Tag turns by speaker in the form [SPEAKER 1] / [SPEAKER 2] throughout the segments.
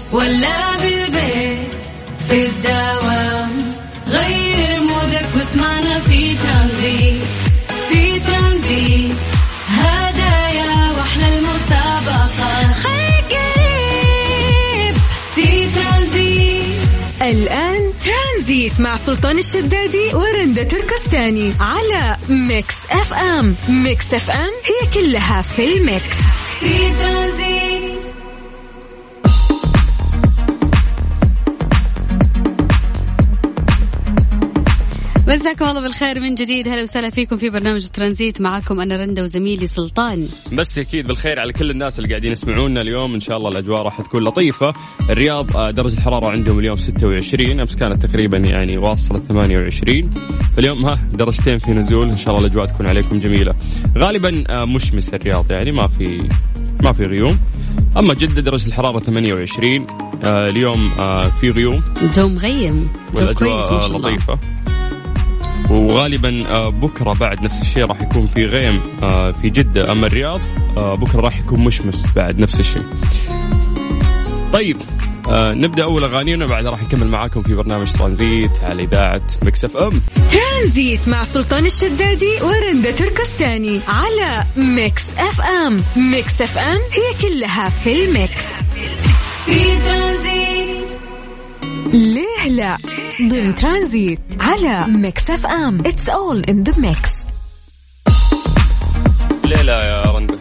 [SPEAKER 1] ولا بالبيت في الدوام، غير مودك واسمعنا في ترانزيت. في ترانزيت هدايا واحلى المسابقة، خليك قريب في ترانزيت.
[SPEAKER 2] الآن ترانزيت مع سلطان الشدادي ورندا تركستاني على ميكس اف ام. ميكس اف ام هي كلها في الميكس.
[SPEAKER 1] في ترانزيت. مساكم الله بالخير من جديد، هلا وسهلا فيكم في برنامج ترانزيت. معكم أنا رندا وزميلي سلطان.
[SPEAKER 3] بس أكيد بالخير على كل الناس اللي قاعدين يسمعونا اليوم. إن شاء الله الأجواء راح تكون لطيفة. الرياض درجة الحرارة عندهم اليوم 26، أمس كانت تقريبا يعني واصلة 28. اليوم درجتين في نزول. إن شاء الله الأجواء تكون عليكم جميلة. غالبا مشمس الرياض، يعني ما في غيوم. أما جدة درجة الحرارة 28. اليوم في غيوم،
[SPEAKER 1] جو مغيم
[SPEAKER 3] والأجواء لطيفة. وغالبا بكرة بعد نفس الشيء راح يكون في غيم في جدة. أما الرياض بكرة راح يكون مشمس بعد نفس الشيء. طيب نبدأ أول أغانينا، بعد راح نكمل معاكم في برنامج ترانزيت على إذاعة ميكس اف ام.
[SPEAKER 2] ترانزيت مع سلطان الشدادي ورندا تركستاني على ميكس اف ام. ميكس اف ام هي كلها في الميكس.
[SPEAKER 1] في ترانزيت.
[SPEAKER 2] ليه لا ضمن ترانزيت على ميكس اف ام. It's all in the mix.
[SPEAKER 3] ليه لا يا رندا؟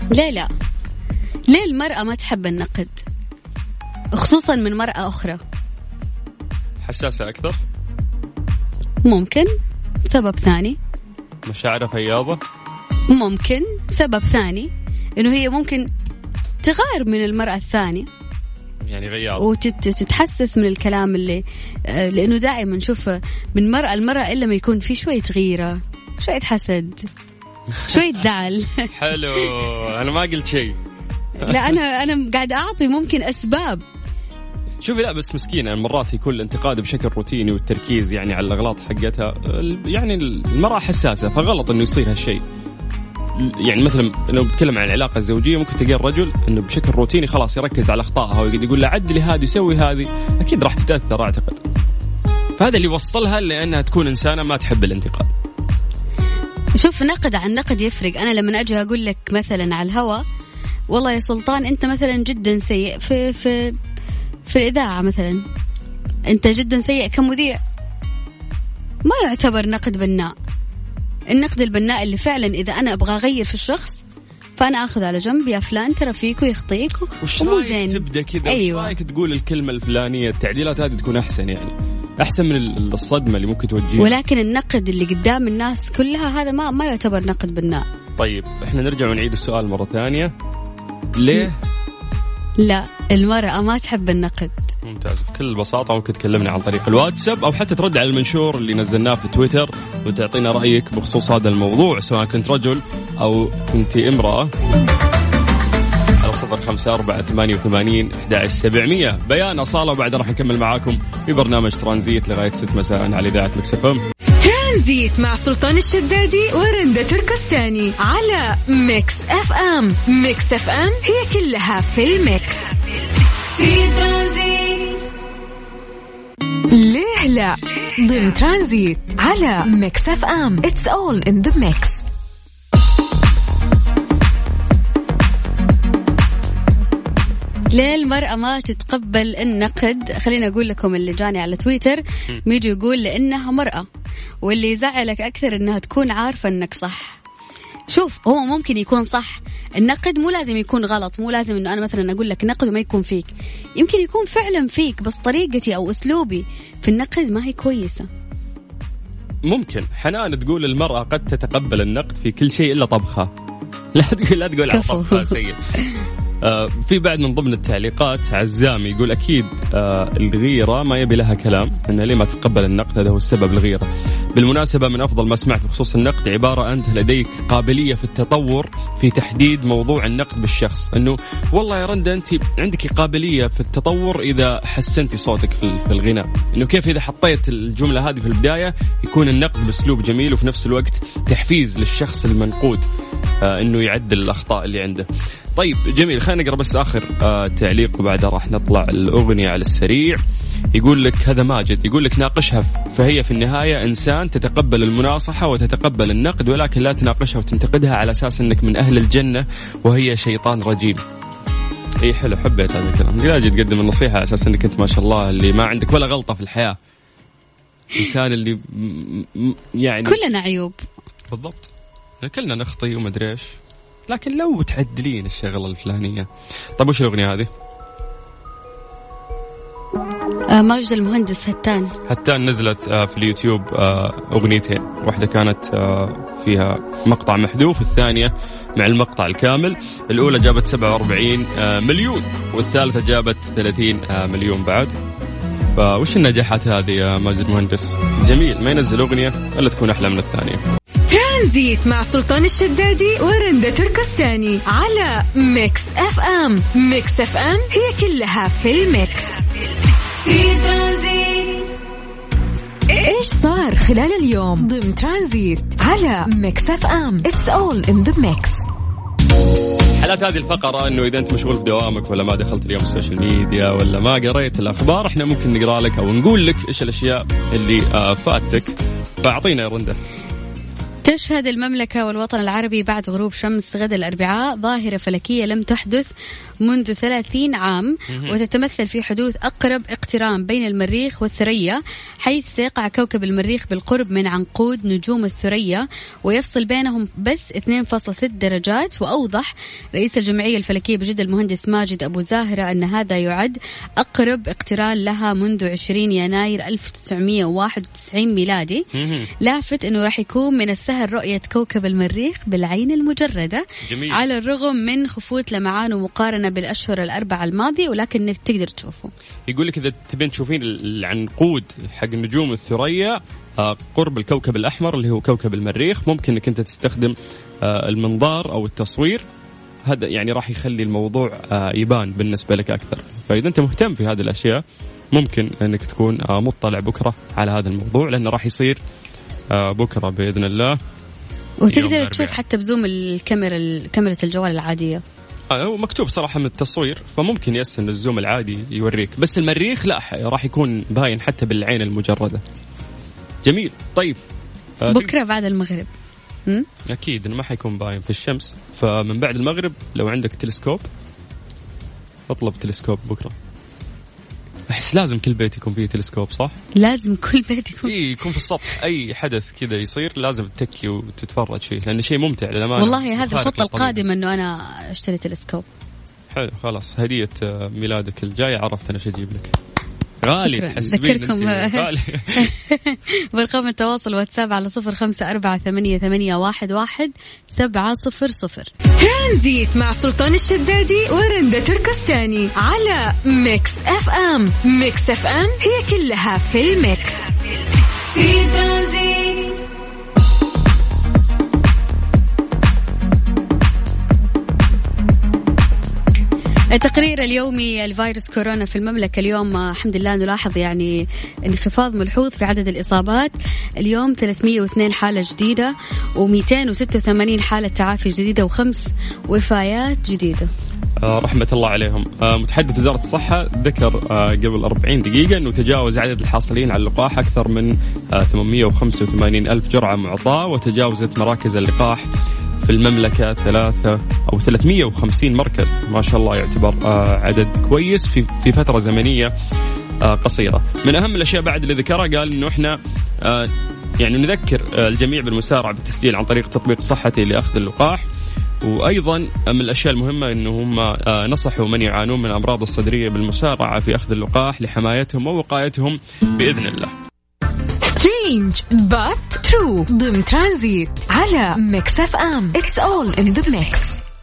[SPEAKER 1] ليه المرأة ما تحب النقد، خصوصا من مرأة أخرى؟
[SPEAKER 3] حساسة أكثر
[SPEAKER 1] ممكن. سبب ثاني
[SPEAKER 3] مشاعرها فياضة.
[SPEAKER 1] ممكن. سبب ثاني إنه هي ممكن تغار من المرأة الثانية،
[SPEAKER 3] يعني غياض،
[SPEAKER 1] وتتحسس من الكلام اللي لأنه دائما نشوف من مرأة المرأة إلا ما يكون في شوية غيرة، شوية حسد، شوية زعل.
[SPEAKER 3] حلو، أنا ما قلت شيء.
[SPEAKER 1] لا أنا قاعد أعطي ممكن أسباب.
[SPEAKER 3] شوفي، لا بس مسكينة مرات يكون الانتقاد بشكل روتيني والتركيز يعني على الأغلاط حقتها. يعني المرأة حساسة، فغلط إنه يصير هالشيء. يعني مثلا لو بتكلم عن العلاقة الزوجية، ممكن تلقى الرجل إنه بشكل روتيني خلاص يركز على أخطائها ويقول له عدلي هذه وسوي هذه، أكيد راح تتأثر أعتقد. فهذا اللي وصلها لأنها تكون إنسانة ما تحب الانتقاد.
[SPEAKER 1] شوف، نقد عن نقد يفرق. أنا لما أجي أقول لك مثلا على الهوا والله يا سلطان أنت مثلا جدا سيء في الإذاعة، مثلا أنت جدا سيء كمذيع، ما يعتبر نقد بناء. النقد البناء اللي فعلا إذا أنا أبغى أغير في الشخص فأنا أخذ على جنب، يا فلان ترى فيك ويخطيك ومو زين.
[SPEAKER 3] تبدأ كذا.
[SPEAKER 1] أيوة.
[SPEAKER 3] وش رأيك تقول الكلمة الفلانية؟ التعديلات هذه تكون أحسن، يعني أحسن من الصدمة اللي ممكن توجهها.
[SPEAKER 1] ولكن النقد اللي قدام الناس كلها هذا ما يعتبر نقد بناء.
[SPEAKER 3] طيب إحنا نرجع ونعيد السؤال مرة ثانية. ليه
[SPEAKER 1] لا المرأة ما تحب النقد؟
[SPEAKER 3] ممتاز. بكل بساطة ممكن تكلمنا عن طريق الواتساب أو حتى ترد على المنشور اللي نزلناه في تويتر وتعطينا رأيك بخصوص هذا الموضوع، سواء كنت رجل أو كنت امرأة، على 0548811700. بيان أصالة، وبعد راح نكمل معاكم في برنامج ترانزيت لغاية 6 مساء على إذاعة ميكس اف ام.
[SPEAKER 2] ترانزيت مع سلطان الشدادي ورندا تركستاني على ميكس اف ام. ميكس اف ام هي كلها في الميكس.
[SPEAKER 1] في ترانزيت.
[SPEAKER 2] ليه لا ضمن ترانزيت على ميكس اف ام. It's all in the mix.
[SPEAKER 1] ليه المرأة ما تتقبل النقد؟ خليني أقول لكم اللي جاني على تويتر. ميجي يقول لأنها مرأة، واللي يزعلك أكثر أنها تكون عارفة أنك صح. شوف، هو ممكن يكون صح، النقد مو لازم يكون غلط، مو لازم أنه أنا مثلا أقول لك نقد وما يكون فيك، يمكن يكون فعلا فيك بس طريقتي أو أسلوبي في النقد ما هي كويسة.
[SPEAKER 3] ممكن حنان تقول المرأة قد تتقبل النقد في كل شيء إلا طبخها. لا تقول على طبخها سيء. في بعد من ضمن التعليقات عزام يقول أكيد الغيرة ما يبي لها كلام، أنها ليه ما تتقبل النقد، هذا هو السبب الغيرة. بالمناسبة من أفضل ما سمعت بخصوص النقد عبارة أنت لديك قابلية في التطور في تحديد موضوع النقد بالشخص، أنه والله يا رندا أنت عندك قابلية في التطور إذا حسنتي صوتك في الغناء، أنه كيف إذا حطيت الجملة هذه في البداية يكون النقد بأسلوب جميل وفي نفس الوقت تحفيز للشخص المنقود أنه يعدل الأخطاء اللي عنده. طيب جميل، خلينا نقرأ بس آخر تعليق وبعدها راح نطلع الأغنية على السريع. يقول لك هذا ماجد، يقول لك ناقشها، فهي في النهاية إنسان، تتقبل المناصحة وتتقبل النقد، ولكن لا تناقشها وتنتقدها على أساس أنك من أهل الجنة وهي شيطان رجيم. اي حلو، حبيت هذا الكلام. لا تقدم النصيحة على أساس أنك أنت ما شاء الله اللي ما عندك ولا غلطة في الحياة، إنسان اللي يعني
[SPEAKER 1] كلنا عيوب.
[SPEAKER 3] بالضبط، كلنا نخطي ومدري إيش، لكن لو تعدلين الشغلة الفلانية. طيب وش الأغنية هذه؟
[SPEAKER 1] ماجد المهندس
[SPEAKER 3] هتان نزلت في اليوتيوب أغنيتين، واحدة كانت فيها مقطع محذوف، الثانية مع المقطع الكامل. الأولى جابت 47 مليون والثالثة جابت 30 مليون بعد. فوش النجاحات هذه يا ماجد المهندس؟ جميل، ما ينزل أغنية إلا تكون أحلى من الثانية.
[SPEAKER 2] ترانزيت مع سلطان الشدادي ورندا تركستاني على ميكس اف ام. ميكس اف ام هي كلها في الميكس. في ترانزيت ايش صار خلال اليوم ضمن ترانزيت على ميكس اف ام. It's all in the mix.
[SPEAKER 3] حالات هذه الفقرة انه اذا انت مشغول بدوامك ولا ما دخلت اليوم السوشيال ميديا ولا ما قريت الاخبار، احنا ممكن نقرا لك او نقول لك ايش الاشياء اللي فاتك. فاعطينا يا رندا.
[SPEAKER 1] تشهد المملكة والوطن العربي بعد غروب شمس غد الأربعاء ظاهرة فلكية لم تحدث منذ 30 عام، وتتمثل في حدوث أقرب اقتران بين المريخ والثريا، حيث سيقع كوكب المريخ بالقرب من عنقود نجوم الثريا ويفصل بينهم بس 2.6 درجات. وأوضح رئيس الجمعية الفلكية بجدة المهندس ماجد أبو زاهرة أن هذا يعد أقرب اقتران لها منذ 20 يناير 1991 ميلادي. لافت أنه راح يكون من السهل رؤية كوكب المريخ بالعين المجردة. جميل. على الرغم من خفوت لمعان ومقارنة بالأشهر الأربعة الماضية، ولكن تقدر تشوفه.
[SPEAKER 3] يقول لك إذا تبين تشوفين العنقود حق نجوم الثريا قرب الكوكب الأحمر اللي هو كوكب المريخ، ممكن أنك أنت تستخدم المنظار أو التصوير. هذا يعني راح يخلي الموضوع يبان بالنسبة لك أكثر. فإذا أنت مهتم في هذه الأشياء ممكن أنك تكون مطلع بكرة على هذا الموضوع، لأنه راح يصير بكرة بإذن الله.
[SPEAKER 1] وتقدر تشوف حتى بزوم كاميرا الجوال العادية.
[SPEAKER 3] هو مكتوب صراحة من التصوير، فممكن يسن الزوم العادي يوريك، بس المريخ لا، راح يكون باين حتى بالعين المجردة. جميل. طيب
[SPEAKER 1] بكرة بعد المغرب
[SPEAKER 3] أكيد إنه ما حيكون باين في الشمس، فمن بعد المغرب لو عندك تلسكوب اطلب تلسكوب بكرة. أحس لازم كل بيت يكون فيه تلسكوب، صح؟
[SPEAKER 1] لازم كل بيت
[SPEAKER 3] يكون في السطح. أي حدث كذا يصير لازم تتكي وتتفرج فيه، لأنه شيء ممتع للأمانة.
[SPEAKER 1] والله هذه الخطة القادمة إنه أنا أشتري تلسكوب.
[SPEAKER 3] حلو، خلاص هدية ميلادك الجاي عرفت أنا شو أجيب لك. غالي
[SPEAKER 1] تحسبين غالي. برقم التواصل واتساب على 0548811700.
[SPEAKER 2] ترانزيت مع سلطان الشدادي ورندا تركستاني على ميكس اف ام. ميكس اف ام هي كلها في الميكس. في ترانزيت
[SPEAKER 1] التقرير اليومي الفيروس كورونا في المملكة اليوم الحمد لله نلاحظ يعني انخفاض ملحوظ في عدد الإصابات. اليوم 302 حالة جديدة و286 حالة تعافي جديدة و5 وفيات جديدة.
[SPEAKER 3] رحمة الله عليهم. متحدث وزارة الصحة ذكر قبل 40 دقيقة أنه تجاوز عدد الحاصلين على اللقاح أكثر من 885 ألف جرعة معطاة، وتجاوزت مراكز اللقاح في المملكة 350 مركز. ما شاء الله يعتبر عدد كويس في فترة زمنية قصيرة. من أهم الأشياء بعد اللي ذكرها قال إنه إحنا يعني نذكر الجميع بالمسارعة بالتسجيل عن طريق تطبيق صحتي لأخذ اللقاح. وأيضا من الأشياء المهمة إنه هم نصحوا من يعانون من أمراض الصدرية بالمسارعة في أخذ اللقاح لحمايتهم ووقايتهم بإذن الله.
[SPEAKER 2] سترينج بات ترو ضمن ترانزيت على ميكس اف ام. It's all in the mix.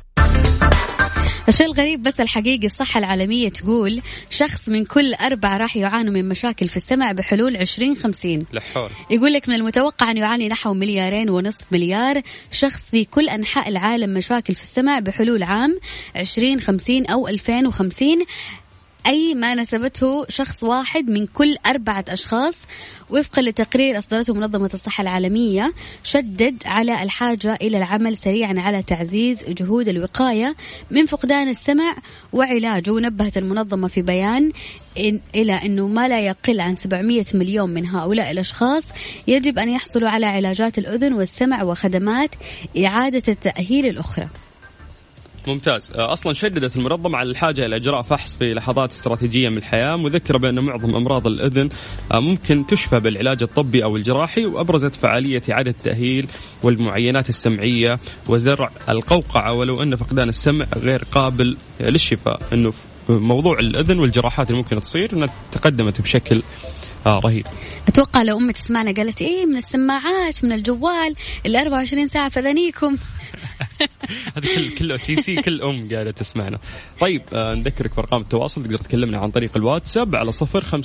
[SPEAKER 1] الشيء الغريب بس الحقيقي الصحة العالمية تقول شخص من كل 4 راح يعانوا من مشاكل في السمع بحلول 2050. يقول لك من المتوقع أن يعاني نحو 2.5 مليار شخص في كل أنحاء العالم مشاكل في السمع بحلول عام 2050 أو 2050. أي ما نسبته شخص واحد من كل 4 أشخاص وفقا لتقرير أصدرته منظمة الصحة العالمية. شدد على الحاجة إلى العمل سريعا على تعزيز جهود الوقاية من فقدان السمع وعلاجه. ونبهت المنظمة في بيان إلى أنه ما لا يقل عن 700 مليون من هؤلاء الأشخاص يجب أن يحصلوا على علاجات الأذن والسمع وخدمات إعادة التأهيل الأخرى.
[SPEAKER 3] ممتاز. أصلا شددت المنظمة على الحاجة إلى إجراء فحص في لحظات استراتيجية من الحياة، مذكرة بأن معظم أمراض الأذن ممكن تشفى بالعلاج الطبي أو الجراحي، وأبرزت فعالية إعادة التأهيل والمعاينات السمعية وزرع القوقعة، ولو أن فقدان السمع غير قابل للشفاء. أنه موضوع الأذن والجراحات اللي ممكن تصير أنها تقدمت بشكل رهيب.
[SPEAKER 1] أتوقع لو أمك تسمعنا قالت إيه من السماعات من الجوال 24 ساعة في أذانيكم.
[SPEAKER 3] هذا كله سيسي، كل أم قاعدة تسمعنا. طيب نذكرك بأرقام التواصل، تقدر تكلمنا عن طريق الواتساب على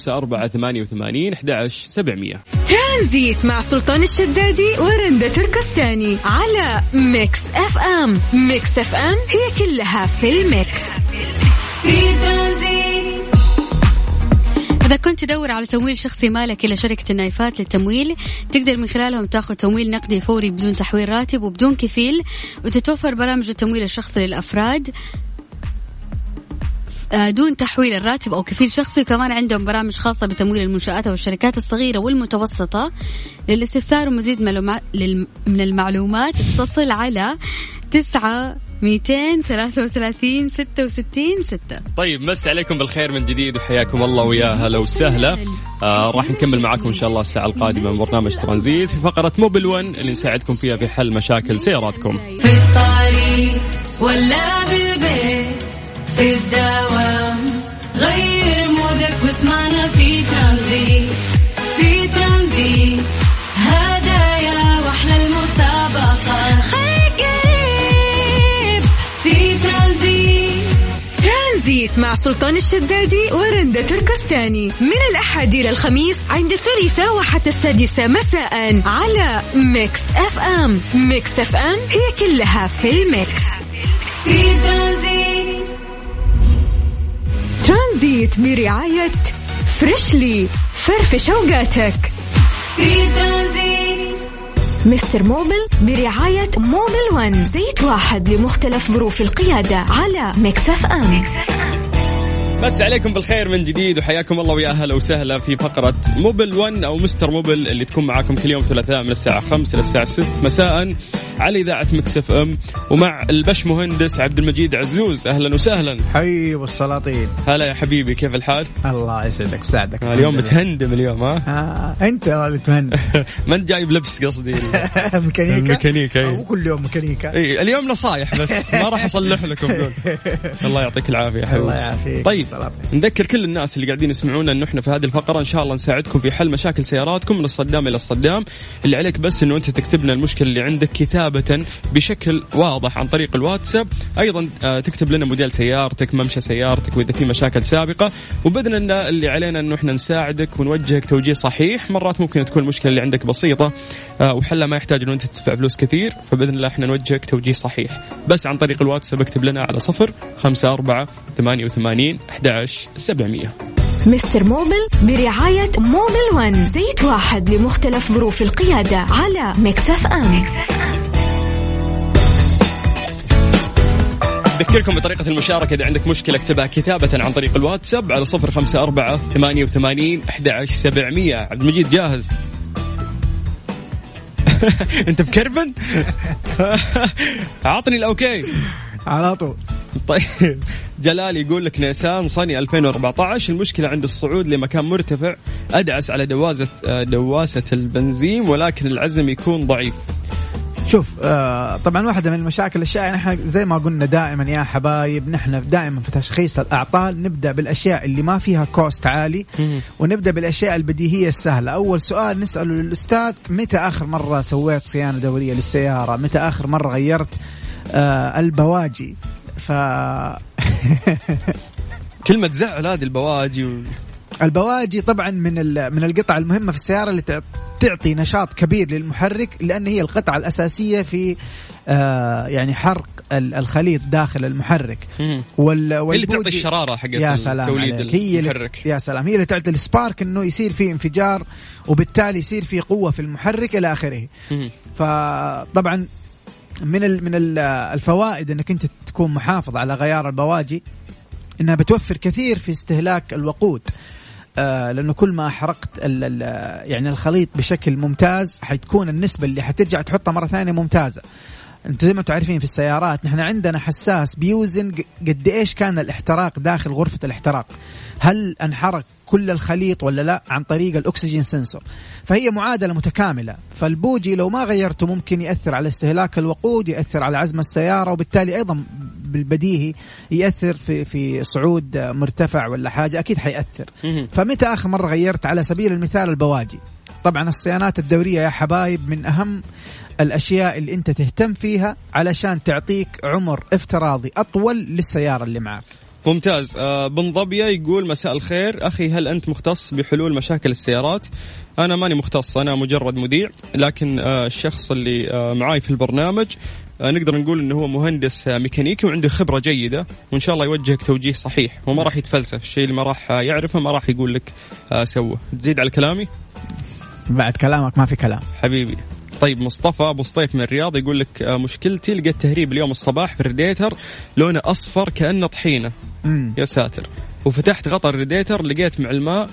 [SPEAKER 3] 0548811700.
[SPEAKER 2] ترانزيت مع سلطان الشدادي ورندا تركستاني على ميكس اف ام. ميكس اف ام هي كلها في الميكس.
[SPEAKER 1] في ترانزيت. إذا كنت تدور على تمويل شخصي مالك إلى شركة النايفات للتمويل، تقدر من خلالهم تأخذ تمويل نقدي فوري بدون تحويل راتب وبدون كفيل، وتتوفر برامج التمويل الشخصي للأفراد دون تحويل الراتب أو كفيل شخصي. وكمان عندهم برامج خاصة بتمويل المنشآت والشركات الصغيرة والمتوسطة. للاستفسار ومزيد من المعلومات اتصل على 9-233-66-6.
[SPEAKER 3] طيب مس عليكم بالخير من جديد وحياكم الله ويا هلا وسهلا. راح نكمل معاكم إن شاء الله الساعة القادمة من برنامج ترانزيت في فقرة موبل 1 اللي نساعدكم فيها في حل مشاكل سياراتكم.
[SPEAKER 2] في الطريق ولا بالبيت في الدوام، غير مودك واسمعنا في ترانزيت. في ترانزيت هدايا واحلى المسابقة، خير قريب في ترانزيت مع سلطان الشدادي ورندا تركستاني من الأحد إلى الخميس عند 3 وحتى 6 مساء على ميكس اف ام. ميكس اف ام هي كلها في الميكس.
[SPEAKER 1] في
[SPEAKER 2] ترانزيت برعاية فريشلي، فرفش اوقاتك.
[SPEAKER 1] في ترانزيت
[SPEAKER 2] مستر موبل برعاية موبل 1، زيت واحد لمختلف ظروف القيادة على ميكس اف ام.
[SPEAKER 3] بس عليكم بالخير من جديد وحياكم الله ويا أهلا وسهلا في فقرة موبل 1 أو مستر موبل اللي تكون معاكم كل يوم ثلاثاء من الساعة 5 للساعة 6 مساء على إذاعة ميكس اف ام، ومع البش مهندس عبد المجيد عزوز. أهلا وسهلا.
[SPEAKER 4] حي والسلاطين.
[SPEAKER 3] هلا يا حبيبي، كيف الحال؟
[SPEAKER 4] الله يسعدك وساعدك.
[SPEAKER 3] اليوم متهندم اليوم
[SPEAKER 4] أنت اللي تهندم.
[SPEAKER 3] ما أنت جايب لبس قصدي
[SPEAKER 4] ميكانيكا مو كل يوم ميكانيكا.
[SPEAKER 3] اليوم نصايح بس ما راح أصلح لكم دول. الله يعطيك العافية حبيبي.
[SPEAKER 4] الله يعافيك.
[SPEAKER 3] طيب نذكر كل الناس اللي قاعدين يسمعونا انه احنا في هذه الفقره ان شاء الله نساعدكم في حل مشاكل سياراتكم من الصدام الى الصدام. اللي عليك بس انه انت تكتب لنا المشكله اللي عندك كتابه بشكل واضح عن طريق الواتساب. ايضا تكتب لنا موديل سيارتك، ممشى سيارتك، واذا في مشاكل سابقه، وباذن الله اللي علينا انه احنا نساعدك ونوجهك توجيه صحيح. مرات ممكن تكون المشكله اللي عندك بسيطه وحلها ما يحتاج انه انت تدفع فلوس كثير، فباذن الله احنا نوجهك توجيه صحيح. بس عن طريق الواتساب اكتب لنا على 054-88-11-700.
[SPEAKER 2] مستر موبل برعاية موبل 1، زيت واحد لمختلف ظروف القيادة على ميكس اف ام.
[SPEAKER 3] أذكركم بطريقة المشاركة. إذا عندك مشكلة اكتبها كتابة عن طريق الواتساب على 054-88-11-700. عبد المجيد جاهز؟ أنت مكربن؟ عاطني الأوكي
[SPEAKER 4] على طول.
[SPEAKER 3] طيب جلال يقول لك نيسان صني 2014 المشكلة عند الصعود لمكان مرتفع، أدعس على دواسة البنزين ولكن العزم يكون ضعيف.
[SPEAKER 4] شوف طبعا واحدة من المشاكل الشائعة، نحن زي ما قلنا دائما يا حبايب، نحن دائما في تشخيص الأعطال نبدأ بالأشياء اللي ما فيها كوست عالي ونبدأ بالأشياء البديهية السهلة. أول سؤال نسأله للأستاذ: متى آخر مرة سويت صيانة دورية للسيارة؟ متى آخر مرة غيرت البواجي؟
[SPEAKER 3] كلمة زعل هذه البواجي.
[SPEAKER 4] البواجي طبعا من القطع المهمة في السيارة اللي تعطي نشاط كبير للمحرك، لأن هي القطعة الأساسية في يعني حرق الخليط داخل المحرك
[SPEAKER 3] اللي تعطي الشرارة حق توليد المحرك.
[SPEAKER 4] يا سلام، هي اللي تعطي السبارك إنه يصير فيه انفجار وبالتالي يصير فيه قوة في المحرك إلى آخره. فطبعا من الفوائد إنك أنت تكون محافظ على غيار البواجي إنها بتوفر كثير في استهلاك الوقود، لأنه كل ما أحرقت يعني الخليط بشكل ممتاز حتكون النسبة اللي حترجع تحطها مرة ثانية ممتازة. انتم زي ما انتم عارفين في السيارات نحن عندنا حساس بيوزن قد ايش كان الاحتراق داخل غرفة الاحتراق، هل انحرق كل الخليط ولا لا، عن طريق الأكسجين سنسور. فهي معادلة متكاملة. فالبوجي لو ما غيرته ممكن يأثر على استهلاك الوقود، يأثر على عزم السيارة، وبالتالي أيضا بالبديهي يأثر في صعود مرتفع ولا حاجة، أكيد حيأثر. فمتى آخر مرة غيرت على سبيل المثال البواجي؟ طبعا الصيانات الدورية يا حبايب من أهم الأشياء اللي أنت تهتم فيها علشان تعطيك عمر افتراضي أطول للسيارة اللي معك.
[SPEAKER 3] ممتاز. بن ضبية يقول مساء الخير أخي، هل أنت مختص بحلول مشاكل السيارات؟ أنا ماني مختص، أنا مجرد مذيع، لكن الشخص اللي معاي في البرنامج نقدر نقول أنه هو مهندس ميكانيكي وعنده خبرة جيدة، وإن شاء الله يوجهك توجيه صحيح وما راح يتفلسف. الشيء اللي ما راح يعرفه ما راح يقول لك سوه. تزيد على كلامي؟
[SPEAKER 4] بعد كلامك ما في كلام
[SPEAKER 3] حبيبي. طيب مصطفى أبو سطيف من الرياض يقول لك مشكلتي لقيت تهريب اليوم الصباح في الراديتر لونه أصفر كأنه طحينة. يا ساتر. وفتحت غطاء الراديتر لقيت مع الماء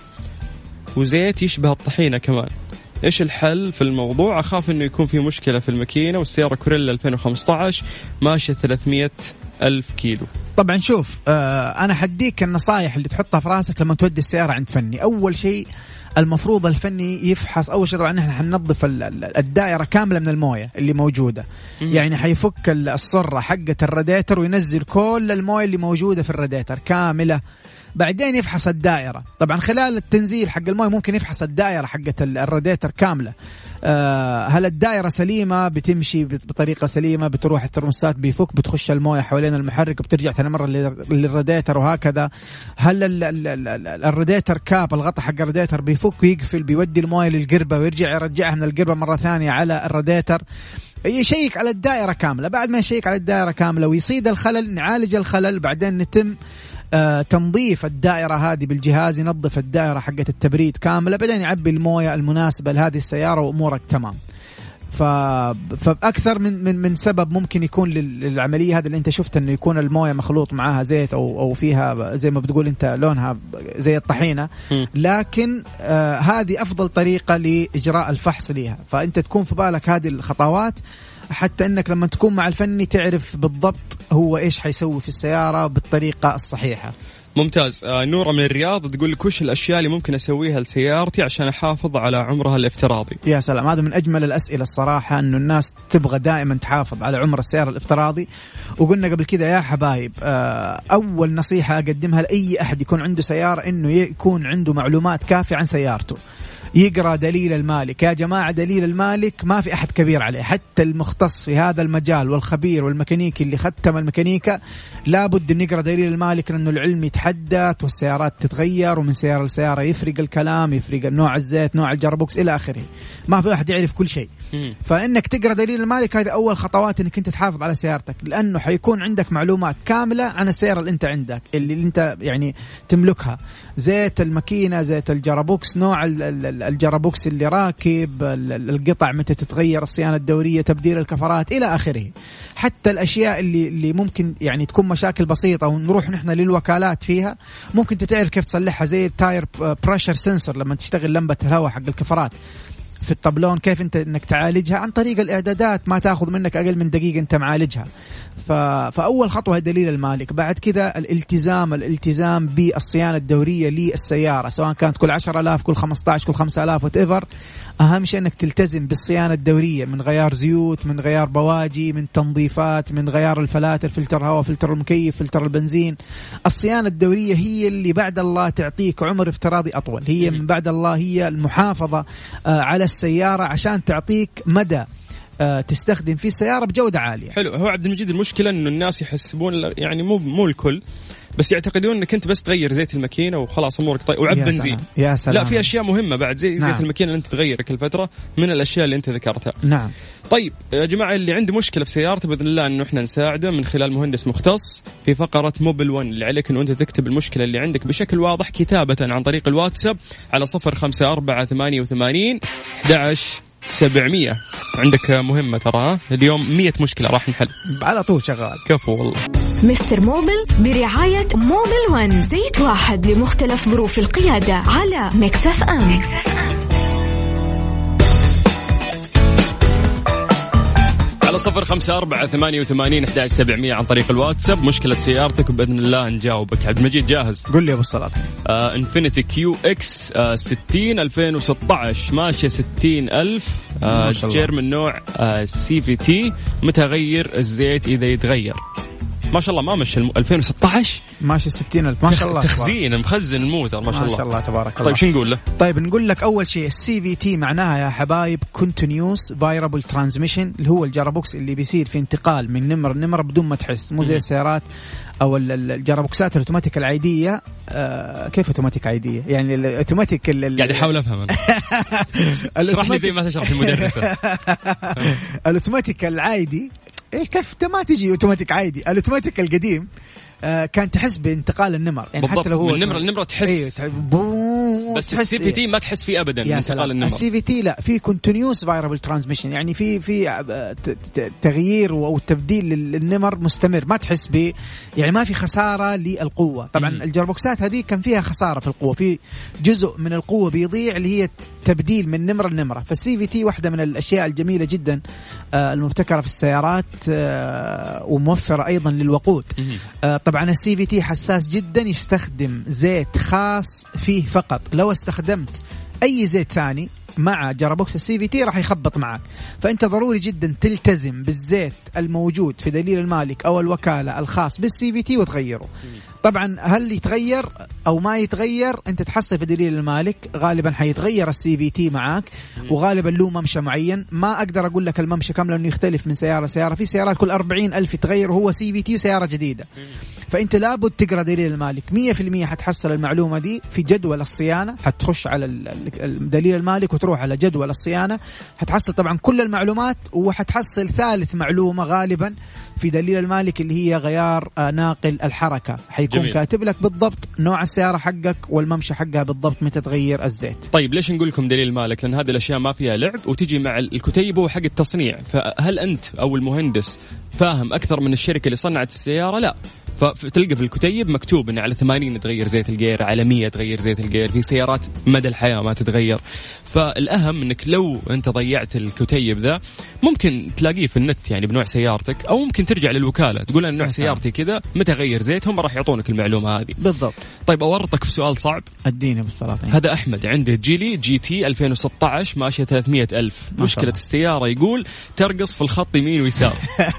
[SPEAKER 3] وزيت يشبه الطحينة كمان. إيش الحل في الموضوع؟ أخاف إنه يكون في مشكلة في الماكينة، والسيارة كوريلا 2015 ماشية 300,000 كيلو.
[SPEAKER 4] طبعا شوف، أنا حديك النصايح اللي تحطها في راسك لما تودي السيارة عند فني. أول شيء المفروض الفني يفحص أول شيء. طبعا نحن حننظف الدائرة كاملة من الموية اللي موجودة، يعني حيفك الصرة حقة الراديتر وينزل كل الموية اللي موجودة في الراديتر كاملة. بعدين يفحص الدائرة. طبعا خلال التنزيل حق المويه ممكن يفحص الدائرة حقة الراديتر كاملة. هل الدائرة سليمة، بتمشي بطريقة سليمة، بتروح الترموستات بيفك، بتخش المويه حوالين المحرك وبترجع ثاني مرة للراديتر وهكذا. هل الراديتر كاب، الغطاء حق الراديتر بيفك ويقفل، بيودي المويه للقربة ويرجع يرجعها من القربة مرة ثانية على الراديتر. يشيك على الدائرة كاملة. بعد ما يشيك على الدائرة كاملة ويصيد الخلل نعالج الخلل. بعدين نتم تنظيف الدائرة هذه بالجهاز، ينظف الدائرة حقة التبريد كاملة، بعدين يعبي الموية المناسبة لهذه السيارة وأمورك تمام. فأكثر من سبب ممكن يكون للعملية هذه اللي انت شفت انه يكون الموية مخلوط معاها زيت او فيها زي ما بتقول انت لونها زي الطحينة، لكن هذه افضل طريقة لاجراء الفحص ليها. فانت تكون في بالك هذه الخطوات حتى انك لما تكون مع الفني تعرف بالضبط هو ايش حيسوي في السيارة بالطريقة الصحيحة.
[SPEAKER 3] ممتاز. نورة من الرياض تقول لك وش الأشياء اللي ممكن أسويها لسيارتي عشان أحافظ على عمرها الافتراضي؟
[SPEAKER 4] يا سلام، هذا من أجمل الأسئلة الصراحة، أنه الناس تبغى دائما تحافظ على عمر السيارة الافتراضي. وقلنا قبل كده يا حبايب، أول نصيحة أقدمها لأي أحد يكون عنده سيارة أنه يكون عنده معلومات كافية عن سيارته. يقرأ دليل المالك. يا جماعة دليل المالك ما في أحد كبير عليه، حتى المختص في هذا المجال والخبير والميكانيكي اللي ختم الميكانيكا لابد أن يقرأ دليل المالك، لأنه العلم يتحدث والسيارات تتغير ومن سيارة لسيارة يفرق الكلام، يفرق نوع الزيت، نوع الجربوكس إلى آخره. ما في أحد يعرف كل شيء. فإنك تقرأ دليل المالك هذا أول خطوات إنك أنت تحافظ على سيارتك، لأنه حيكون عندك معلومات كاملة عن السيارة اللي أنت عندك، اللي أنت يعني تملكها. زيت الماكينة، زيت الجربوكس، نوع الجربوكس اللي راكب، القطع متى تتغير، الصيانة الدورية، تبديل الكفرات إلى آخره. حتى الأشياء اللي ممكن يعني تكون مشاكل بسيطة ونروح نحن للوكالات فيها، ممكن تتعرف كيف تصلحها. زي التاير بريشر سنسور لما تشتغل لمبة الهواء حق الكفرات في الطبلون، كيف انك تعالجها عن طريق الاعدادات، ما تاخذ منك اقل من دقيقه انت معالجها. فاول خطوه دليل المالك. بعد كذا الالتزام بالصيانه الدوريه للسياره، سواء كانت كل 10,000 كل 15 كل 5,000 وات. اهم شيء انك تلتزم بالصيانه الدوريه، من غيار زيوت، من غيار بواجي، من تنظيفات، من غيار الفلاتر، فلتر هواء، فلتر المكيف، فلتر البنزين. الصيانه الدوريه هي اللي بعد الله تعطيك عمر افتراضي اطول، هي من بعد الله هي المحافظه على السيارة عشان تعطيك مدى تستخدم فيه السيارة بجودة عالية.
[SPEAKER 3] حلو. هو عبد المجيد المشكلة إنه الناس يحسبون، يعني مو الكل، بس يعتقدون انك انت بس تغير زيت الماكينه وخلاص امورك طيب وعب بنزين.
[SPEAKER 4] يا سلام.
[SPEAKER 3] لا في اشياء مهمه بعد زي زيت الماكينه اللي انت تغيره كل فتره من الاشياء اللي انت ذكرتها.
[SPEAKER 4] نعم.
[SPEAKER 3] طيب يا جماعه اللي عنده مشكله في سيارته باذن الله انه احنا نساعده من خلال مهندس مختص في فقره موبل 1. اللي عليك انه انت تكتب المشكله اللي عندك بشكل واضح كتابه عن طريق الواتساب على 054881 11700. عندك مهمة ترى اليوم 100 مشكلة راح نحل
[SPEAKER 4] على طول شغال.
[SPEAKER 3] كفو والله.
[SPEAKER 2] مستر موبل برعاية موبل 1 زيت واحد لمختلف ظروف القيادة على ميكس اف ام.
[SPEAKER 3] على 0548811700 عن طريق الواتساب مشكلة سيارتك وبإذن الله نجاوبك. عبد المجيد جاهز؟
[SPEAKER 4] قل لي أبو الصلاة.
[SPEAKER 3] انفينيتي كيو اكس 60 2016 ماشية 60,000 جير من نوع سي في تي. متى غير الزيت إذا يتغير؟ ما شاء الله ما مشي 2016
[SPEAKER 4] ماشي 60,000 ما شاء الله.
[SPEAKER 3] تخزين مخزن الموتر ما شاء الله.
[SPEAKER 4] ما شاء الله تبارك الله.
[SPEAKER 3] طيب شو نقول له؟
[SPEAKER 4] طيب نقول لك أول شيء السي في تي معناها يا حبايب Continuous Variable Transmission اللي هو الجرابوكس اللي بيصير في انتقال من نمر لنمر بدون ما تحس. مو زي السيارات أو الجرابوكسات الأوتوماتيك العادية. كيف أوتوماتيك عادية؟ يعني الأوتوماتيك
[SPEAKER 3] قاعد أحاول أفهم أنا. اشرح لي زي ما تشرح المدرسة.
[SPEAKER 4] الأوتوماتيك العادي ايش كيف ما تجي اوتوماتيك عادي. الاوتوماتيك القديم كان تحس بانتقال النمر يعني
[SPEAKER 3] بالضبط.
[SPEAKER 4] حتى لو هو
[SPEAKER 3] من نمرة لنمرة تحس. بس السي في تي ما تحس فيه ابدا انتقال النمر.
[SPEAKER 4] السي في تي لا في كونتينيوس فايربل ترانسميشن يعني في تغيير او تبديل للنمر مستمر ما تحس ب يعني ما في خساره للقوه. طبعا الجربوكسات هذه كان فيها خساره في القوه في جزء من القوه بيضيع اللي هي تبديل من نمره لنمره. فالسي في تي واحده من الاشياء الجميله جدا المبتكره في السيارات وموفره ايضا للوقود. طبعا السي في تي حساس جدا يستخدم زيت خاص فيه فقط. لو استخدمت اي زيت ثاني مع جرابوكس السي في تي راح يخبط معك. فانت ضروري جدا تلتزم بالزيت الموجود في دليل المالك او الوكاله الخاص بالسي في تي وتغيره. طبعا هل يتغير او ما يتغير انت تحصل في دليل المالك. غالبا حيتغير السي في تي معك وغالبا له ممشى معين. ما اقدر اقول لك الممشى كم لانه يختلف من سياره لسياره. في سيارات كل 40,000 يتغير وهو سي في تي وسياره جديده. فانت لابد تقرا دليل المالك 100% حتحصل المعلومه دي في جدول الصيانه. حتخش على دليل المالك وتروح على جدول الصيانه حتحصل طبعا كل المعلومات. وحتحصل ثالث معلومه غالبا في دليل المالك اللي هي غيار ناقل الحركه. حيكون جميل. كاتب لك بالضبط نوع السياره حقك والممشى حقها بالضبط متى تغير الزيت.
[SPEAKER 3] طيب ليش نقول لكم دليل المالك؟ لان هذه الاشياء ما فيها لعب وتجي مع الكتيب هو حق التصنيع. فهل انت او المهندس فاهم اكثر من الشركه اللي صنعت السياره؟ لا. فتلقى في الكتيب مكتوب ان على 80 تغير زيت الجير، على 100 تغير زيت الجير. في سيارات مدى الحياه ما تتغير. فالاهم انك لو انت ضيعت الكتيب ذا ممكن تلاقيه في النت يعني بنوع سيارتك او ممكن ترجع للوكاله تقول انا نوع سيارتي كذا متى غير زيت هم راح يعطونك المعلومه هذه
[SPEAKER 4] بالضبط.
[SPEAKER 3] طيب اورطك في سؤال صعب.
[SPEAKER 4] اديني بالصلاه.
[SPEAKER 3] هذا احمد عنده جيلي جي تي 2016 ماشيه 300,000. مشكله السياره يقول ترقص في الخط يمين ويسار.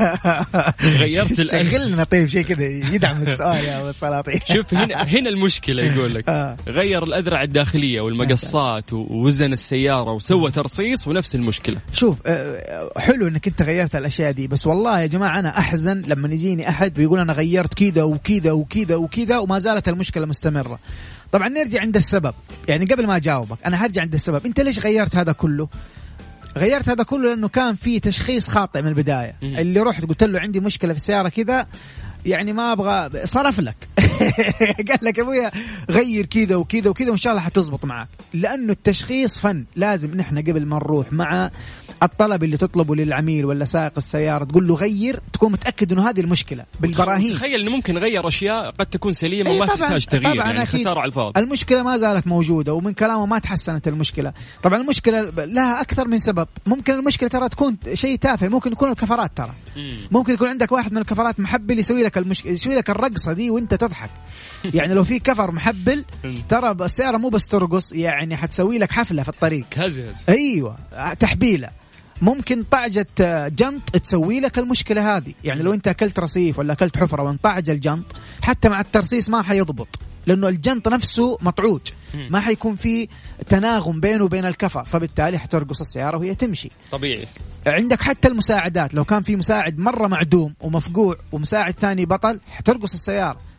[SPEAKER 3] غيرت
[SPEAKER 4] شغلنا طيب شيء كذا يدعم السؤال يا ابو السلاطين.
[SPEAKER 3] شوف هنا المشكله يقول لك غير الاذرع الداخليه والمقصات ووزن السياره وسوى ترصيص ونفس المشكله.
[SPEAKER 4] شوف حلو انك انت غيرت الاشياء دي بس والله يا جماعه انا احزن لما يجيني احد ويقول انا غيرت كذا وكذا وكذا وكذا وما زالت المشكله مستمره. طبعا نرجع عند السبب يعني قبل ما اجاوبك انا هرجع عند السبب. انت ليش غيرت هذا كله؟ غيرت هذا كله لانه كان في تشخيص خاطئ من البدايه. اللي رحت قلت له عندي مشكله في السياره كذا يعني ما ابغى صرف لك قال لك ابويا غير كذا وكذا وكذا وان شاء الله حتزبط معك. لانه التشخيص فن. لازم نحن قبل ما نروح مع الطلب اللي تطلبه للعميل ولا سائق السياره تقول له غير تكون متاكد انه هذه المشكله بالبراهين.
[SPEAKER 3] تخيل انه ممكن غير اشياء قد تكون سليمه وما تحتاج تغيير يعني خساره على الفاضي.
[SPEAKER 4] المشكله ما زالت موجوده ومن كلامه ما تحسنت المشكله. طبعا المشكله لها اكثر من سبب. ممكن المشكله ترى تكون شيء تافه. ممكن يكون الكفرات ترى ممكن يكون عندك واحد من الكفرات محبل يسوي لك يسوي لك الرقصه دي وانت تضحك. يعني لو في كفر محبل ترى السياره مو بس ترقص يعني حتسوي لك حفله في الطريق.
[SPEAKER 3] هزهز.
[SPEAKER 4] ايوه تحبيله. ممكن طعجة جنط تسوي لك المشكلة هذه. يعني لو انت اكلت رصيف ولا اكلت حفرة وانطعج الجنط حتى مع الترصيص ما حيضبط لانه الجنط نفسه مطعوج ما حيكون في تناغم بينه وبين الكفر فبالتالي حترقص السيارة وهي تمشي
[SPEAKER 3] طبيعي.
[SPEAKER 4] عندك حتى المساعدات لو كان في مساعد مرة معدوم ومفقوع ومساعد ثاني بطل حترقص السيارة.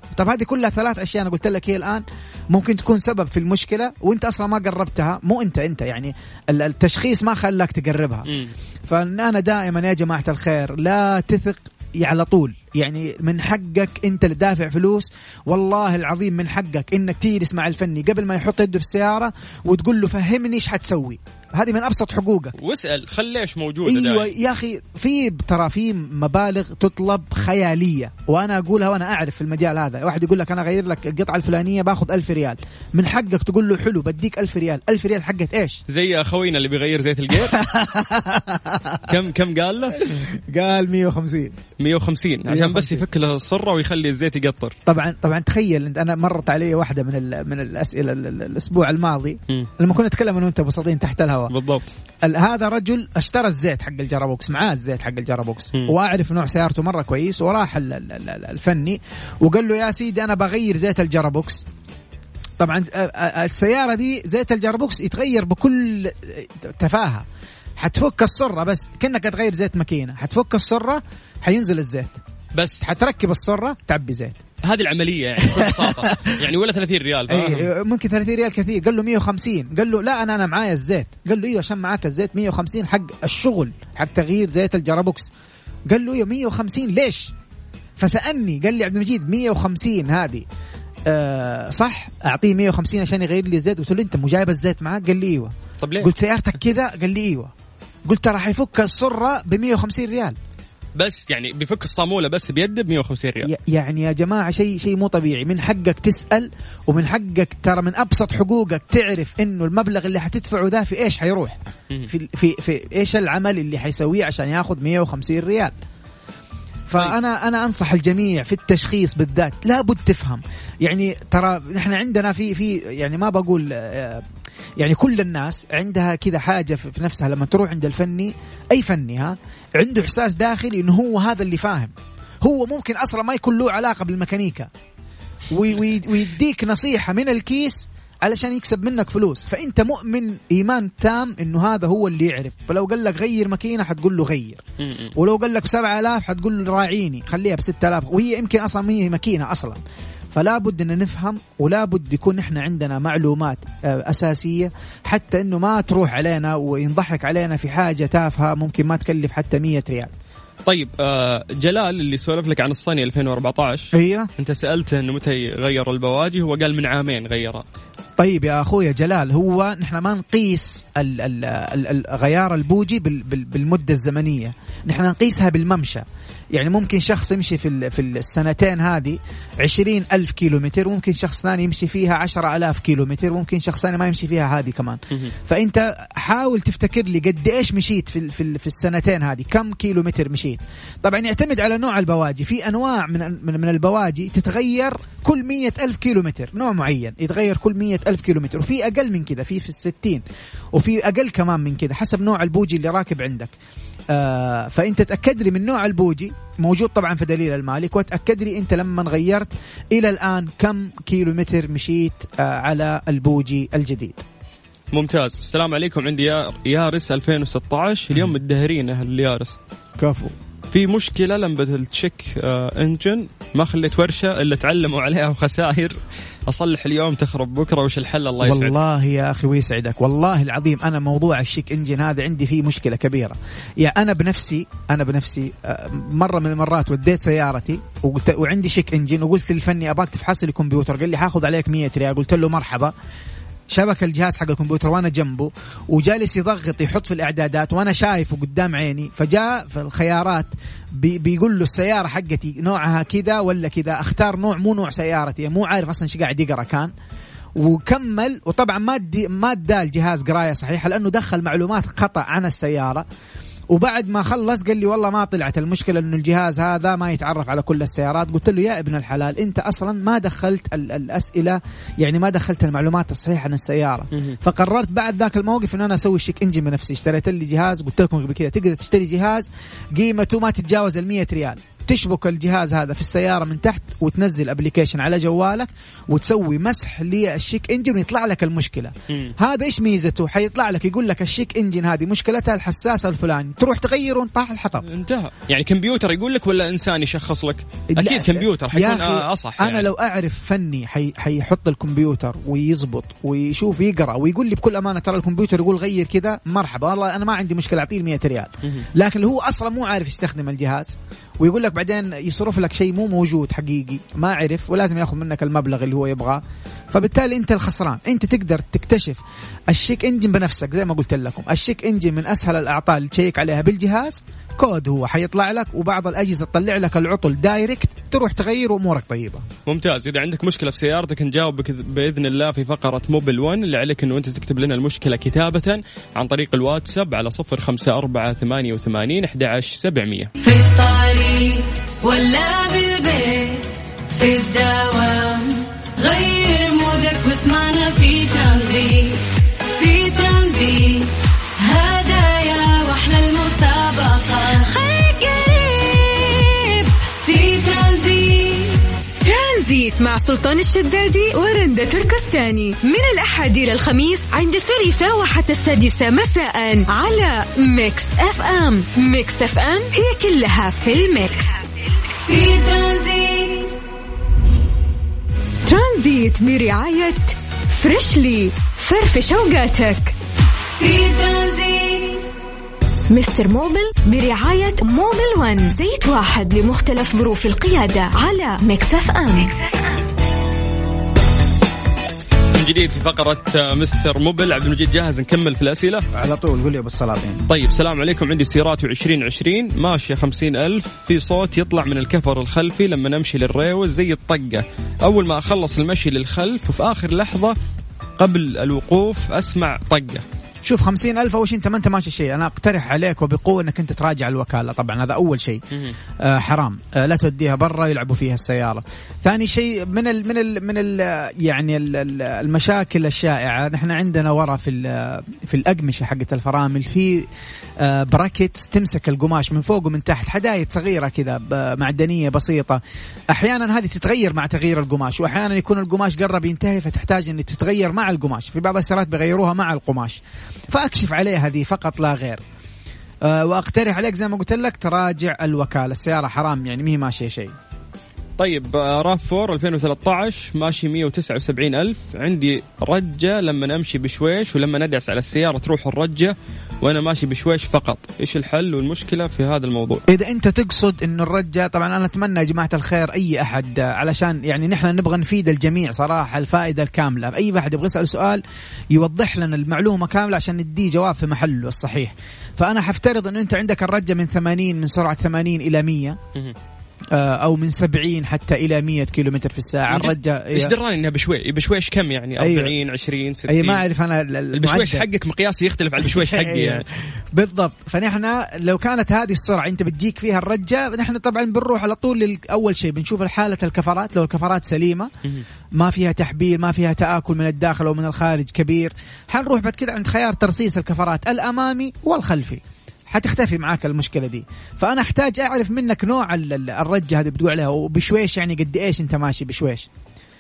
[SPEAKER 4] طب هذه كلها 3 أشياء أنا قلت لك هي الآن ممكن تكون سبب في المشكلة وانت أصلا ما قربتها. مو انت يعني التشخيص ما خلاك تقربها. فأنا دائما يا جماعة الخير لا تثق على طول. يعني من حقك انت اللي دافع فلوس، والله العظيم من حقك انك تجلس مع الفني قبل ما يحط يده في السيارة وتقول له فهمني ايش حتسوي. هذه من ابسط حقوقك.
[SPEAKER 3] واسأل خليش موجود.
[SPEAKER 4] ايوه يا اخي، ترى في مبالغ تطلب خيالية، وانا اقولها وانا اعرف في المجال هذا. واحد يقول لك انا اغير لك القطعة الفلانية باخذ 1000 ريال، من حقك تقول له حلو بديك 1000 ريال. 1000 ريال حقت ايش؟ زي
[SPEAKER 3] اخوينا اللي بيغير زيت الجير. كم قال له؟
[SPEAKER 4] قال 150
[SPEAKER 3] عشان بس يفك له الصرة ويخلي الزيت يقطر.
[SPEAKER 4] طبعا تخيل انت، انا مرت علي واحدة من الاسئلة الاسبوع الماضي لما كنا نتكلم انا وانت بساطين تحت الهواء.
[SPEAKER 3] بالضبط.
[SPEAKER 4] هذا رجل اشترى الزيت حق الجرابوكس، معاه الزيت حق الجرابوكس واعرف نوع سيارته مرة كويس، وراح الفني وقال له يا سيدي انا بغير زيت الجرابوكس. طبعا السيارة دي زيت الجرابوكس يتغير بكل تفاهة. حتفك الصرة بس كأنك تغير زيت ماكينة، حتفك الصرة حينزل الزيت، بس حتركب الصرة تعبي زيت.
[SPEAKER 3] هذه العملية يعني بكل بساطة. يعني ولا 30 ريال.
[SPEAKER 4] ممكن 30 ريال كثير. قال له 150. قال له لا أنا معايا الزيت. قال له إيوه عشان معاك الزيت 150 حق الشغل حق تغيير زيت الجرابوكس. قال له 150 ليش؟ فسألني قال لي عبد المجيد 150 هذه صح أعطيه 150 عشان يغير لي الزيت. قلت له أنت مجايب الزيت معاك؟ قال لي إيوه.
[SPEAKER 3] طب ليه؟
[SPEAKER 4] قلت سيارتك كذا؟ قال لي إيوه. قلت ترى حيفك الصرة ب150 ريال
[SPEAKER 3] بس، يعني بيفك الصامولة بس بيده ب150 ريال.
[SPEAKER 4] يعني يا جماعة شيء مو طبيعي. من حقك تسأل، ومن حقك ترى من أبسط حقوقك تعرف إنه المبلغ اللي حتدفعه ده في إيش حيروح، في إيش العمل اللي حيسويه عشان ياخد 150 ريال. فأنا أنصح الجميع في التشخيص بالذات لابد تفهم. يعني ترى نحن عندنا في يعني ما بقول يعني كل الناس عندها كذا حاجة في نفسها لما تروح عند الفني، أي فني عنده إحساس داخلي إنه هو هذا اللي فاهم. هو ممكن أصلا ما يكون له علاقة بالميكانيكا ويديك نصيحة من الكيس علشان يكسب منك فلوس. فأنت مؤمن إيمان تام إنه هذا هو اللي يعرف. فلو قال لك غير ماكينة حتقول له غير، ولو قال لك ب7,000 حتقول له راعيني خليها ب6,000، وهي يمكن أصلا ما هي ماكينة أصلا. فلا بد أن نفهم، ولا بد يكون إحنا عندنا معلومات أساسية حتى إنه ما تروح علينا وينضحك علينا في حاجة تافهة ممكن ما تكلف حتى 100 ريال.
[SPEAKER 3] طيب جلال اللي سولف لك عن الصني 2014
[SPEAKER 4] ايوه،
[SPEAKER 3] انت سألته انه متى يغير البواجي، هو قال من عامين غيرها.
[SPEAKER 4] طيب يا اخويا جلال، هو نحن ما نقيس غيار البوجي بالمدة الزمنية، نحن نقيسها بالممشى. يعني ممكن شخص يمشي في السنتين هذه 20,000 كيلومتر، وممكن شخص ثاني يمشي فيها 10,000 كيلومتر، وممكن شخص ثاني ما يمشي فيها هذه كمان. فأنت حاول تفتكر لي قد إيش مشيت في السنتين هذه، كم كيلومتر مشيت. طبعا يعتمد على نوع البواجي. في أنواع من البواجي تتغير كل 100,000 كيلومتر، نوع معين يتغير كل 100,000 كيلومتر، وفي أقل من كذا، في 60، وفي أقل كمان من كذا حسب نوع البوجي اللي راكب عندك. فأنت تأكد لي من نوع البوجي، موجود طبعا في دليل المالك، وتأكد لي أنت لما غيرت إلى الآن كم كيلومتر مشيت على البوجي الجديد.
[SPEAKER 3] ممتاز. السلام عليكم، عندي يارس 2016 اليوم متدهرين أهل اليارس.
[SPEAKER 4] كفو.
[SPEAKER 3] في مشكلة لما التشيك انجن ما خليت ورشة إلا تعلموا عليها وخسائر، أصلح اليوم تخرب بكرة، وش الحل؟ الله يسعدك.
[SPEAKER 4] والله يا أخي ويسعدك، والله العظيم أنا موضوع الشيك انجن هذا عندي فيه مشكلة كبيرة. يا أنا بنفسي مرة من المرات وديت سيارتي وعندي شيك انجن، وقلت للفني أباك تفحص لي الكمبيوتر، قال لي حاخذ عليك 100 ريال. قلت له مرحبا. شبك الجهاز حق الكمبيوتر وانا جنبه وجالس يضغط يحط في الاعدادات وانا شايفه قدام عيني، فجاء في الخيارات بيقول له السياره حقتي نوعها كذا ولا كذا، اختار نوع مو نوع سيارتي، مو عارف اصلا ايش قاعد يقرا كان، وكمل. وطبعا ما ادى الجهاز قرايه صحيحه لانه دخل معلومات خطا عن السياره. وبعد ما خلص قال لي والله ما طلعت المشكلة إنه الجهاز هذا ما يتعرف على كل السيارات. قلت له يا ابن الحلال أنت أصلا ما دخلت الأسئلة، يعني ما دخلت المعلومات الصحيحة عن السيارة. فقررت بعد ذاك الموقف إن أنا أسوي شيك إنجن بنفسي. اشتريت لي جهاز، قلت لكم قبل كده تقدر تشتري جهاز قيمته ما تتجاوز 100 ريال، تشبك الجهاز هذا في السيارة من تحت وتنزل ابليكيشن على جوالك وتسوي مسح للشيك انجن ويطلع لك المشكلة. هذا ايش ميزته؟ حيطلع لك يقول لك الشيك انجن هذه مشكلتها الحساسة الفلاني، تروح تغيره وانطاح الحطب،
[SPEAKER 3] انتهى. يعني كمبيوتر يقول لك ولا انسان يشخص لك؟ اكيد كمبيوتر حيكون اصح.
[SPEAKER 4] انا يعني لو اعرف فني حيحط الكمبيوتر ويزبط ويشوف يقرا ويقول لي بكل امانه ترى الكمبيوتر يقول غير كذا، مرحبا والله انا ما عندي مشكله، اعطيه 100 ريال. لكن هو اصلا مو عارف يستخدم الجهاز ويقول لك بعدين يصرف لك شيء مو موجود حقيقي، ما عرف ولازم ياخذ منك المبلغ اللي هو يبغاه، فبالتالي انت الخسران. انت تقدر تكتشف الشيك انجن بنفسك زي ما قلت لكم. الشيك انجن من اسهل الاعطال اللي تشيك عليها بالجهاز، كود هو حيطلع لك، وبعض الاجهزه تطلع لك العطل دايركت تروح تغير وامورك طيبه.
[SPEAKER 3] ممتاز. اذا عندك مشكله في سيارتك نجاوبك باذن الله في فقره موبل 1. اللي عليك انه انت تكتب لنا المشكله كتابه عن طريق الواتساب على 0548811700.
[SPEAKER 2] في الطريق ولا بالبيت في الدوام غير مودك واسمعنا في ترانزيت. في ترانزيت هدايا واحلى المسابقة، خليك قريب في ترانزيت مع سلطان الشدادي ورندا تركستاني من الأحد إلى الخميس عند 3 وحتى 6 مساء على ميكس اف ام. ميكس اف ام هي كلها في الميكس. في ترانزيت برعاية فريشلي، فرفش اوقاتك. في ترانزيت مستر موبل برعاية موبل 1، زيت واحد لمختلف ظروف القيادة على ميكس اف ام.
[SPEAKER 3] جديد في فقرة مستر موبل. عبد المجيد جاهز نكمل في الأسئلة
[SPEAKER 4] على طول؟ قول لي أبو السلاطين.
[SPEAKER 3] طيب السلام عليكم، عندي سيارات 2020 ماشية 50,000، في صوت يطلع من الكفر الخلفي لما نمشي للريوز زي الطقة، أول ما أخلص المشي للخلف وفي آخر لحظة قبل الوقوف أسمع طقة.
[SPEAKER 4] شوف 50,000 أول شيء أنت ما أنت ماشي شيء، أنا أقترح عليك وبقوة أنك أنت تراجع الوكالة. طبعا هذا أول شيء، حرام لا توديها برا يلعبوا فيها السيارة. ثاني شيء من يعني المشاكل الشائعة، نحن عندنا ورا في الأقمشة حقة الفرامل في براكت تمسك القماش من فوق ومن تحت، حدايد صغيرة كذا معدنية بسيطة، أحيانا هذه تتغير مع تغيير القماش، وأحيانا يكون القماش قرب ينتهي فتحتاج أن تتغير مع القماش. في بعض السيارات بيغيروها مع القماش، فأكشف عليها هذه فقط لا غير. وأقترح عليك زي ما قلت لك تراجع الوكالة، السيارة حرام يعني مهي ماشية شيء.
[SPEAKER 3] طيب راف 4 2013 ماشي 179,000، عندي رجة لما أمشي بشويش ولما ندعس على السيارة تروح الرجة وأنا ماشي بشويش فقط، إيش الحل والمشكلة في هذا الموضوع؟
[SPEAKER 4] إذا أنت تقصد إنه الرجة، طبعا أنا أتمنى يا جماعة الخير أي أحد، علشان يعني نحن نبغى نفيد الجميع صراحة الفائدة الكاملة، أي واحد يبغى يسأل سؤال يوضح لنا المعلومة كاملة عشان نديه جواب في محله الصحيح. فأنا حفترض إنه أنت عندك الرجة من 80 من سرعة 80 إلى 100 أو من 70 حتى إلى 100 كيلومتر في الساعة. الرجة
[SPEAKER 3] إيش دراني إنها بشويش كم يعني 40 20 60؟
[SPEAKER 4] أي ما أعرف أنا
[SPEAKER 3] البشويش حقك مقياسي يختلف عن البشويش حقي يعني.
[SPEAKER 4] بالضبط. فنحن لو كانت هذه السرعة أنت بتجيك فيها الرجة، نحن طبعا بنروح على طول أول شيء بنشوف حالة الكفرات، لو الكفرات سليمة ما فيها تحبيل ما فيها تآكل من الداخل أو من الخارج كبير، حنروح بعد كده عند خيار ترصيص الكفرات الأمامي والخلفي، حتختفي معاك المشكلة دي. فأنا أحتاج أعرف منك نوع الرجة هذه بتقول عليها وبشويش يعني قد إيش أنت ماشي بشويش.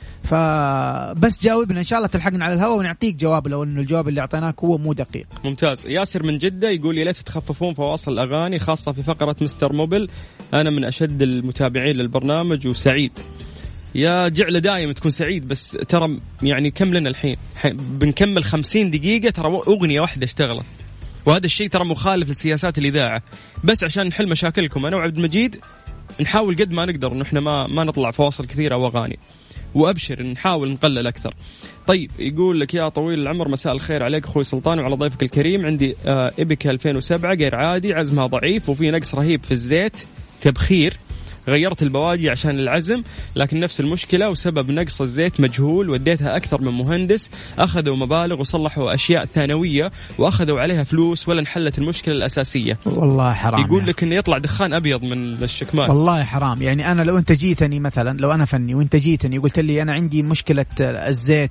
[SPEAKER 4] فبس جاوبنا إن شاء الله تلحقنا على الهواء ونعطيك جواب لو إنه الجواب اللي أعطيناك هو مو دقيق.
[SPEAKER 3] ممتاز. ياسر من جدة يقول يا ليت تخففون فواصل الأغاني خاصة في فقرة مستر موبل، أنا من أشد المتابعين للبرنامج وسعيد. يا جعل دائما تكون سعيد، بس ترى يعني كم لنا الحين بنكمل 50 دقيقة ترى أغنية واحدة اشتغلت، وهذا الشيء ترى مخالف لسياسات الإذاعة، بس عشان نحل مشاكلكم أنا وعبد المجيد نحاول قد ما نقدر إنه إحنا ما نطلع فواصل كثيرة أو أغاني، وأبشر نحاول نقلل أكثر. طيب يقول لك يا طويل العمر مساء الخير عليك أخوي سلطان وعلى ضيفك الكريم، عندي إبيكا 2007 غير عادي، عزمها ضعيف وفي نقص رهيب في الزيت تبخير، غيرت البواجي عشان العزم لكن نفس المشكلة وسبب نقص الزيت مجهول، وديتها أكثر من مهندس أخذوا مبالغ وصلحوا أشياء ثانوية وأخذوا عليها فلوس ولا انحلت المشكلة الأساسية.
[SPEAKER 4] والله حرام.
[SPEAKER 3] يقول لك إنه يطلع دخان أبيض من الشكمان.
[SPEAKER 4] والله حرام. يعني أنا لو أنت جيتني مثلا، لو أنا فني وأنت جيتني وقلت لي أنا عندي مشكلة الزيت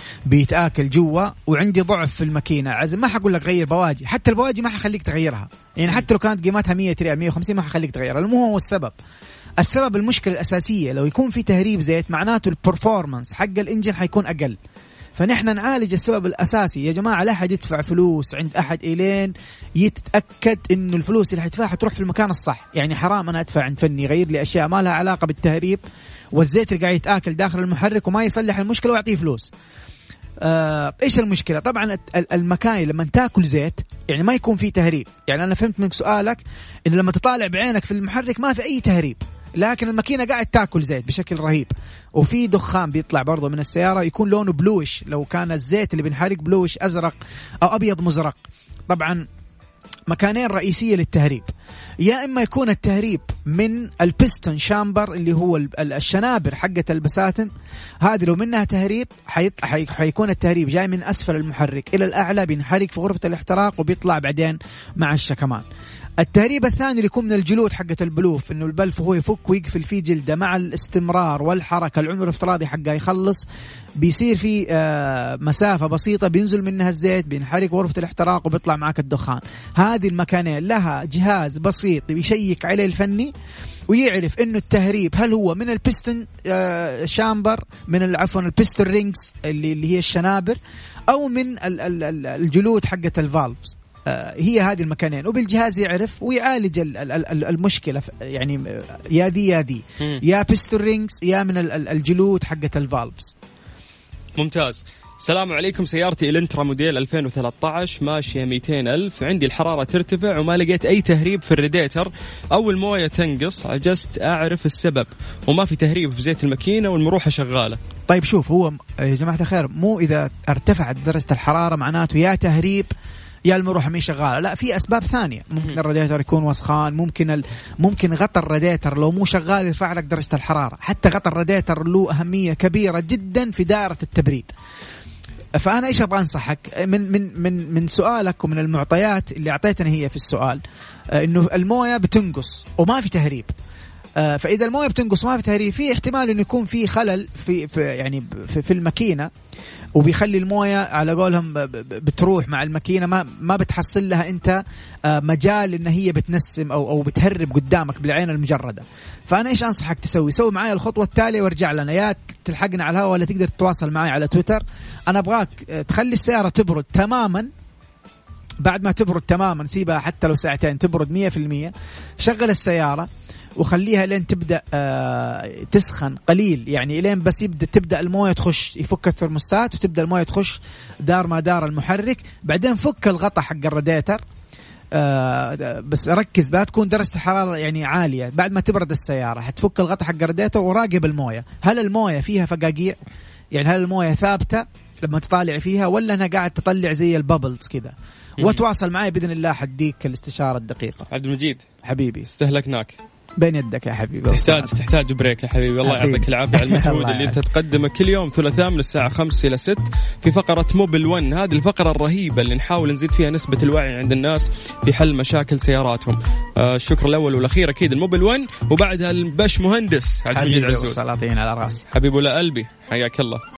[SPEAKER 4] بيتآكل جوا وعندي ضعف في الماكينة عزم، ما حقول لك غير بواجي، حتى البواجي ما حخليك تغيرها، يعني حتى لو كانت قيمتها 100 ريال 150 ما حخليك تغيرها. المهم هو السبب المشكلة الأساسية لو يكون في تهريب زيت معناته البرفورمانس حق الإنجن حيكون أقل. فنحن نعالج السبب الأساسي يا جماعة. لا أحد يدفع فلوس عند أحد إلين يتأكد إنه الفلوس اللي حيدفعها تروح في المكان الصح. يعني حرام أنا أدفع عند فني يغير لي أشياء ما لها علاقة بالتهريب والزيت اللي قاعد يتآكل داخل المحرك وما يصلح المشكلة ويعطيه فلوس. إيش المشكلة؟ طبعا المكان لما تاكل زيت يعني ما يكون فيه تهريب. يعني أنا فهمت من سؤالك إنه لما تطالع بعينك في المحرك ما في أي تهريب، لكن الماكينة قاعد تاكل زيت بشكل رهيب وفي دخان بيطلع برضه من السيارة يكون لونه بلوش. لو كان الزيت اللي بنحرق بلوش أزرق أو أبيض مزرق. طبعا مكانين رئيسية للتهريب، يا إما يكون التهريب من البستون شامبر اللي هو الشنابر حقة البساتم، هذه لو منها تهريب حيكون التهريب جاي من أسفل المحرك إلى الأعلى بينحرق في غرفة الاحتراق وبيطلع بعدين مع الشكمان. التهريب الثاني اللي يكون من الجلود حقة البلوف، إنه البلف هو يفك ويقفل فيه جلده مع الاستمرار والحركة العمر الافتراضي حقه يخلص، بيصير في مسافة بسيطة بينزل منها الزيت بينحرق غرفة الاحتراق وبيطلع معك الدخان. هذه المكانين لها جهاز بسيط بيشيك عليه الفني ويعرف إنه التهريب هل هو من البستون شامبر، من عفوا البستون رينجز اللي هي الشنابر، أو من الجلود حقة الفالفز. هي هذه المكانين، وبالجهاز يعرف ويعالج المشكلة. يعني يا دي يا بيستون رينجز يا من الجلود حقة الفالفز.
[SPEAKER 3] ممتاز. السلام عليكم، سيارتي الانترا موديل 2013 ماشية 200,000، عندي الحرارة ترتفع وما لقيت أي تهريب في الراديتر أو الموية تنقص، عجزت أعرف السبب وما في تهريب في زيت الماكينة والمروحة شغالة.
[SPEAKER 4] طيب شوف، هو يا جماعة الخير مو إذا ارتفعت درجة الحرارة معناته يا تهريب يا المروحة مش شغالة، لا، في أسباب ثانية. ممكن الراديتر يكون وسخان، ممكن غطى الراديتر لو مو شغال يرفع لك درجة الحرارة. حتى غطى الراديتر له أهمية كبيرة جدا في دائرة التبريد. فأنا إيش أبغى أنصحك من سؤالك ومن المعطيات اللي أعطيتني هي في السؤال، إنه الموية بتنقص وما في تهريب. فإذا الموية بتنقص وما في تهريب، في احتمال إنه يكون في خلل في الماكينة، وبيخلي الموية على قولهم بتروح مع الماكينة، ما بتحصل لها أنت مجال إن هي بتنسم أو بتهرب قدامك بالعين المجردة. فأنا إيش أنصحك تسوي؟ سوي معايا الخطوة التالية وارجع لنا، يا تلحقنا على الهواء ولا تقدر تتواصل معي على تويتر. أنا أبغاك تخلي السيارة تبرد تماما. بعد ما تبرد تماما سيبها حتى لو ساعتين تبرد 100%. شغل السيارة وخليها لين تبدأ تسخن قليل، يعني لين بس تبدأ الموية تخش، يفك الثرموستات وتبدأ الموية تخش دار ما دار المحرك. بعدين فك الغطاء حق الراديتر، بس ركز بقى تكون درجة الحرارة يعني عالية. بعد ما تبرد السيارة حتفك الغطاء حق الراديتر وراقب الموية، هل الموية فيها فقاقيع؟ يعني هل الموية ثابتة لما تطالع فيها ولا أنها قاعد تطلع زي البابلز كده؟ وتواصل معي بإذن الله حديك الاستشارة الدقيقة.
[SPEAKER 3] عبد المجيد
[SPEAKER 4] حبيبي،
[SPEAKER 3] استهلكناك
[SPEAKER 4] بين يدك يا حبيبي.
[SPEAKER 3] تحتاج بريك يا حبيبي. الله يعطيك العافية على المجهود اللي انت تقدمه كل يوم ثلاثاء من الساعة 5 إلى 6 في فقرة موبل 1. هذه الفقرة الرهيبة اللي نحاول نزيد فيها نسبة الوعي عند الناس في حل مشاكل سياراتهم. الشكر الأول والأخير أكيد الموبل 1، وبعدها البش مهندس عبد المجيد عزوز.
[SPEAKER 4] سلاطين على راسي
[SPEAKER 3] حبيبي ولا قلبي، حياك الله.